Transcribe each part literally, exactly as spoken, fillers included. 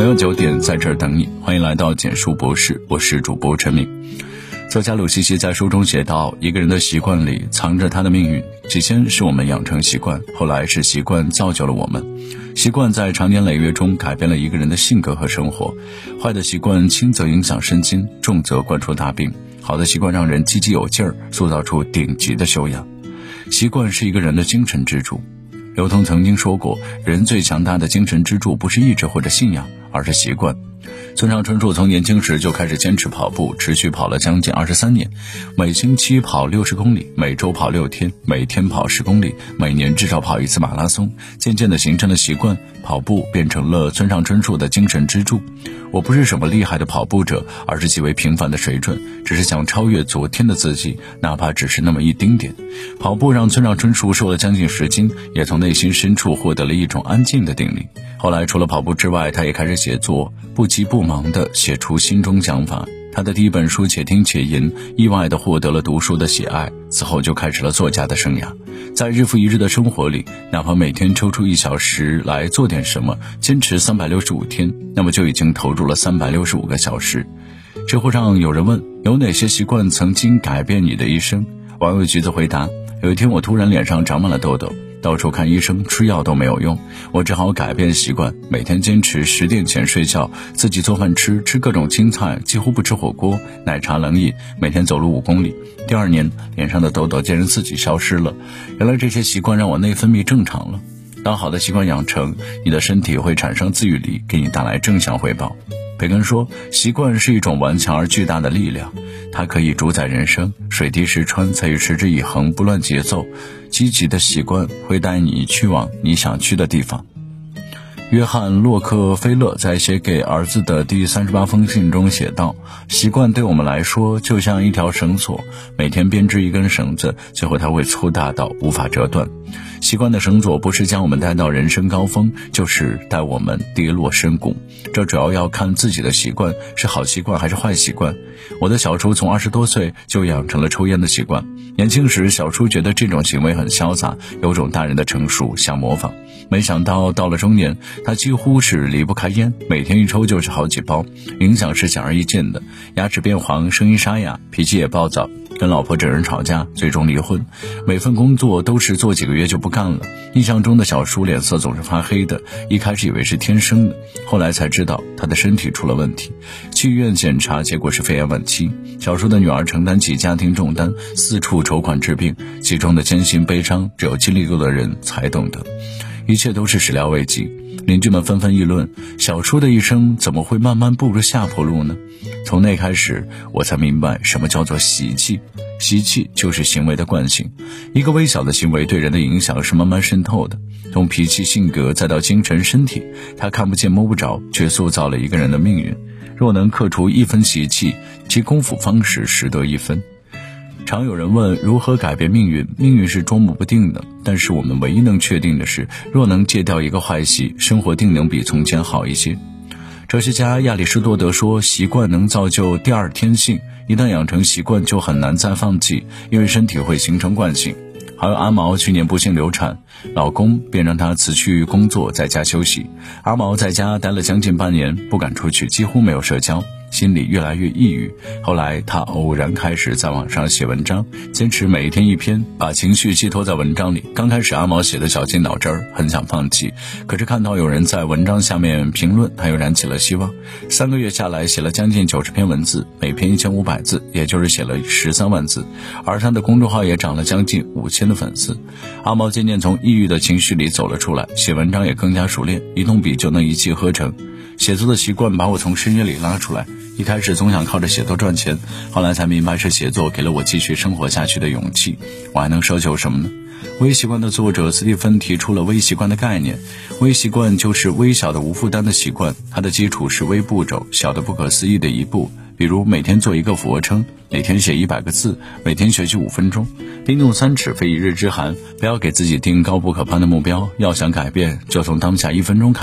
每晚九点在这儿等你，欢迎来到简述博士，我是主播陈明。作家鲁西西在书中写道，一个人的习惯里藏着他的命运，起先是我们养成习惯，后来是习惯造就了我们。习惯在长年累月中改变了一个人的性格和生活，坏的习惯轻则影响身心，重则惯出大病，好的习惯让人积极有劲儿，塑造出顶级的修养。习惯是一个人的精神支柱。刘同曾经说过，人最强大的精神支柱不是意志或者信仰，而是习惯。村上春树从年轻时就开始坚持跑步，持续跑了将近二十三年，每星期跑六十公里，每周跑六天，每天跑十公里，每年至少跑一次马拉松，渐渐地形成了习惯，跑步变成了村上春树的精神支柱。我不是什么厉害的跑步者，而是极为平凡的水准，只是想超越昨天的自己，哪怕只是那么一丁点。跑步让村上春树瘦了将近十斤，也从内心深处获得了一种安静的定力。后来除了跑步之外，他也开始写作，不急不忙地写出心中想法。他的第一本书《且听且吟》意外地获得了读书的喜爱，此后就开始了作家的生涯。在日复一日的生活里，哪怕每天抽出一小时来做点什么，坚持三百六十五天，那么就已经投入了三百六十五个小时。知乎上有人问，有哪些习惯曾经改变你的一生？网友橘子回答，有一天我突然脸上长满了痘痘，到处看医生吃药都没有用，我只好改变习惯，每天坚持十点前睡觉，自己做饭吃，吃各种青菜，几乎不吃火锅，奶茶冷饮，每天走路五公里。第二年，脸上的痘痘竟然自己消失了。原来这些习惯让我内分泌正常了。当好的习惯养成，你的身体会产生自愈力，给你带来正向回报。培根说，习惯是一种顽强而巨大的力量，它可以主宰人生，水滴石穿，才与持之以恒，不乱节奏。积极的习惯会带你去往你想去的地方。约翰·洛克菲勒在写给儿子的第三十八封信中写道，习惯对我们来说就像一条绳索，每天编织一根绳子，最后它会粗大到无法折断。习惯的绳索不是将我们带到人生高峰，就是带我们跌落深谷。这主要要看自己的习惯是好习惯还是坏习惯。我的小叔从二十多岁就养成了抽烟的习惯，年轻时小叔觉得这种行为很潇洒，有种大人的成熟，想模仿。没想到到了中年，他几乎是离不开烟，每天一抽就是好几包，影响是显而易见的，牙齿变黄，声音沙哑，脾气也暴躁，跟老婆整人吵架，最终离婚。每份工作都是做几个月就不干了。印象中的小叔脸色总是发黑的，一开始以为是天生的，后来才知道他的身体出了问题。去医院检查，结果是肺炎晚期。小叔的女儿承担起家庭重担，四处筹款治病，其中的艰辛悲伤，只有经历过的人才懂得。一切都是始料未及，邻居们纷纷议论，小叔的一生怎么会慢慢步入下坡路呢？从那开始，我才明白什么叫做习气。习气就是行为的惯性，一个微小的行为对人的影响是慢慢渗透的，从脾气性格再到精神身体，它看不见摸不着，却塑造了一个人的命运。若能克除一分习气，其功夫方识识得一分。常有人问如何改变命运，命运是捉摸不定的，但是我们唯一能确定的是，若能戒掉一个坏习，生活定能比从前好一些。哲学家亚里士多德说，习惯能造就第二天性，一旦养成习惯就很难再放弃，因为身体会形成惯性。还有阿毛去年不幸流产，老公便让她辞去工作，在家休息。阿毛在家待了将近半年，不敢出去，几乎没有社交，心里越来越抑郁。后来他偶然开始在网上写文章，坚持每一天一篇，把情绪寄托在文章里。刚开始阿毛写的绞尽脑汁儿，很想放弃，可是看到有人在文章下面评论，他又燃起了希望。三个月下来，写了将近九十篇文字，每篇一千五百字，也就是写了十三万字，而他的公众号也涨了将近五千的粉丝。阿毛渐渐从抑郁的情绪里走了出来，写文章也更加熟练，一动笔就能一气呵成。写作的习惯把我从深渊里拉出来，一开始总想靠着写作赚钱，后来才明白是写作给了我继续生活下去的勇气。我还能奢求什么呢？微习惯的作者斯蒂芬提出了微习惯的概念，微习惯就是微小的无负担的习惯，它的基础是微步骤，小的不可思议的一步，比如每天做一个俯卧撑，每天写一百个字，每天学习五分钟。冰冻三尺非一日之寒，不要给自己定高不可攀的目标，要想改变就从当下一分钟开始。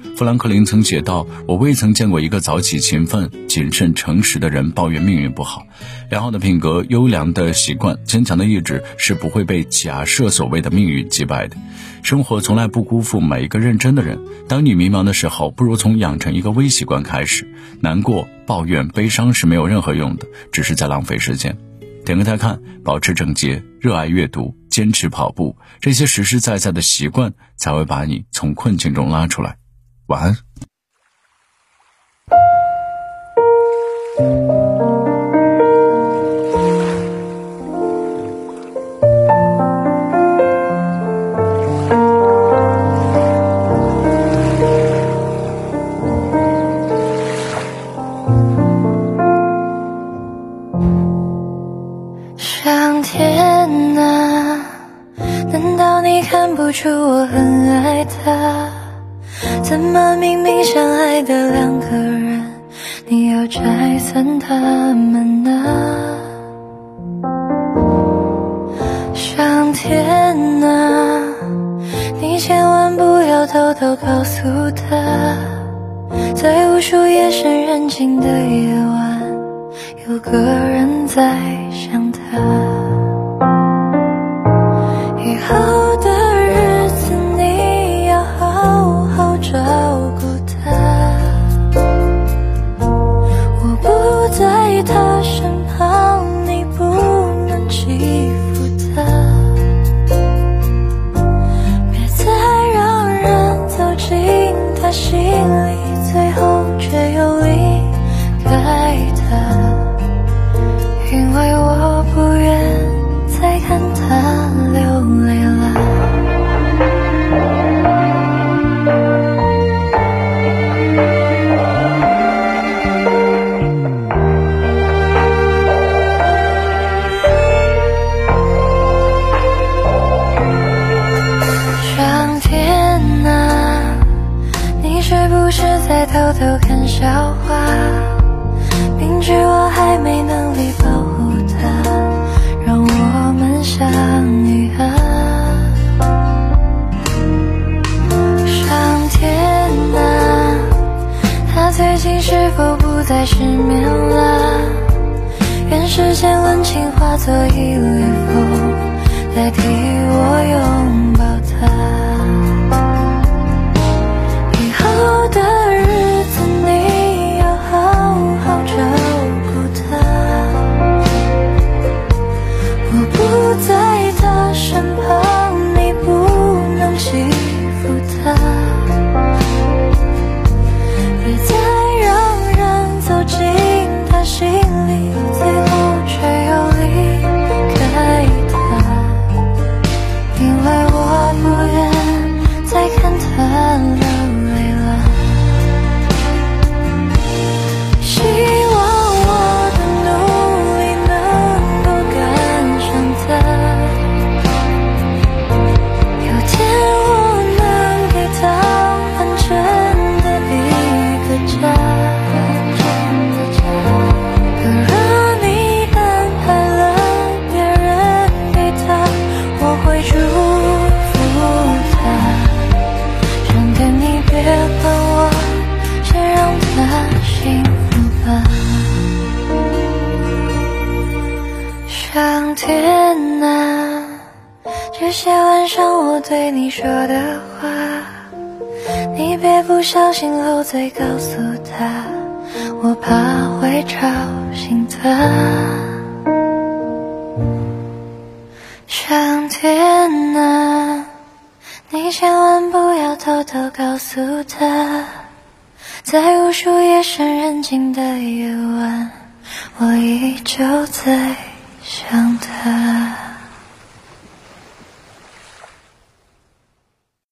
富兰克林曾写道，我未曾见过一个早起勤奋、谨慎诚实的人抱怨命运不好。良好的品格、优良的习惯、坚强的意志是不会被假设所谓的命运击败的。生活从来不辜负每一个认真的人。当你迷茫的时候，不如从养成一个微习惯开始。难过、抱怨、悲伤是没有任何用的，只是在浪费时间。点个再看，保持整洁，热爱阅读，坚持跑步，这些实实在在的习惯才会把你从困境中拉出来。晚安。 上天啊，难道你看不出我很爱他？怎么明明相爱的两个人，你要拆散他们啊？上天啊，你千万不要偷偷告诉他，在无数夜深人静的夜晚，有个人在想他。以后的日子你要好好照顾他，我不在他身旁，你不能欺负他，别再让人走进他心里，最后却又离开他。因为我不愿再看他流泪了。上天啊，你是不是在偷偷看笑话？明知我还没能力保护他，让我们相遇啊。上天啊，他最近是否不再失眠了？愿世间温情化作一缕风，代替我拥抱他。以后的日子你要好好照顾他，我不在他身旁，你不能欺负他，别再让人走进他心里，最后却又离开他。因为我不愿再看他流泪了。希望我的努力能够赶上他，有天我能给他完整的一个家。可若你安排了别人给他，我会祝福他。上天你别管我，先让他幸福吧。上天啊，这些晚上我对你说的话，你别不小心漏嘴告诉他，我怕会吵醒他。上天啊，你千万不要偷偷告诉他，在无数夜深人静的夜晚，我依旧在想他。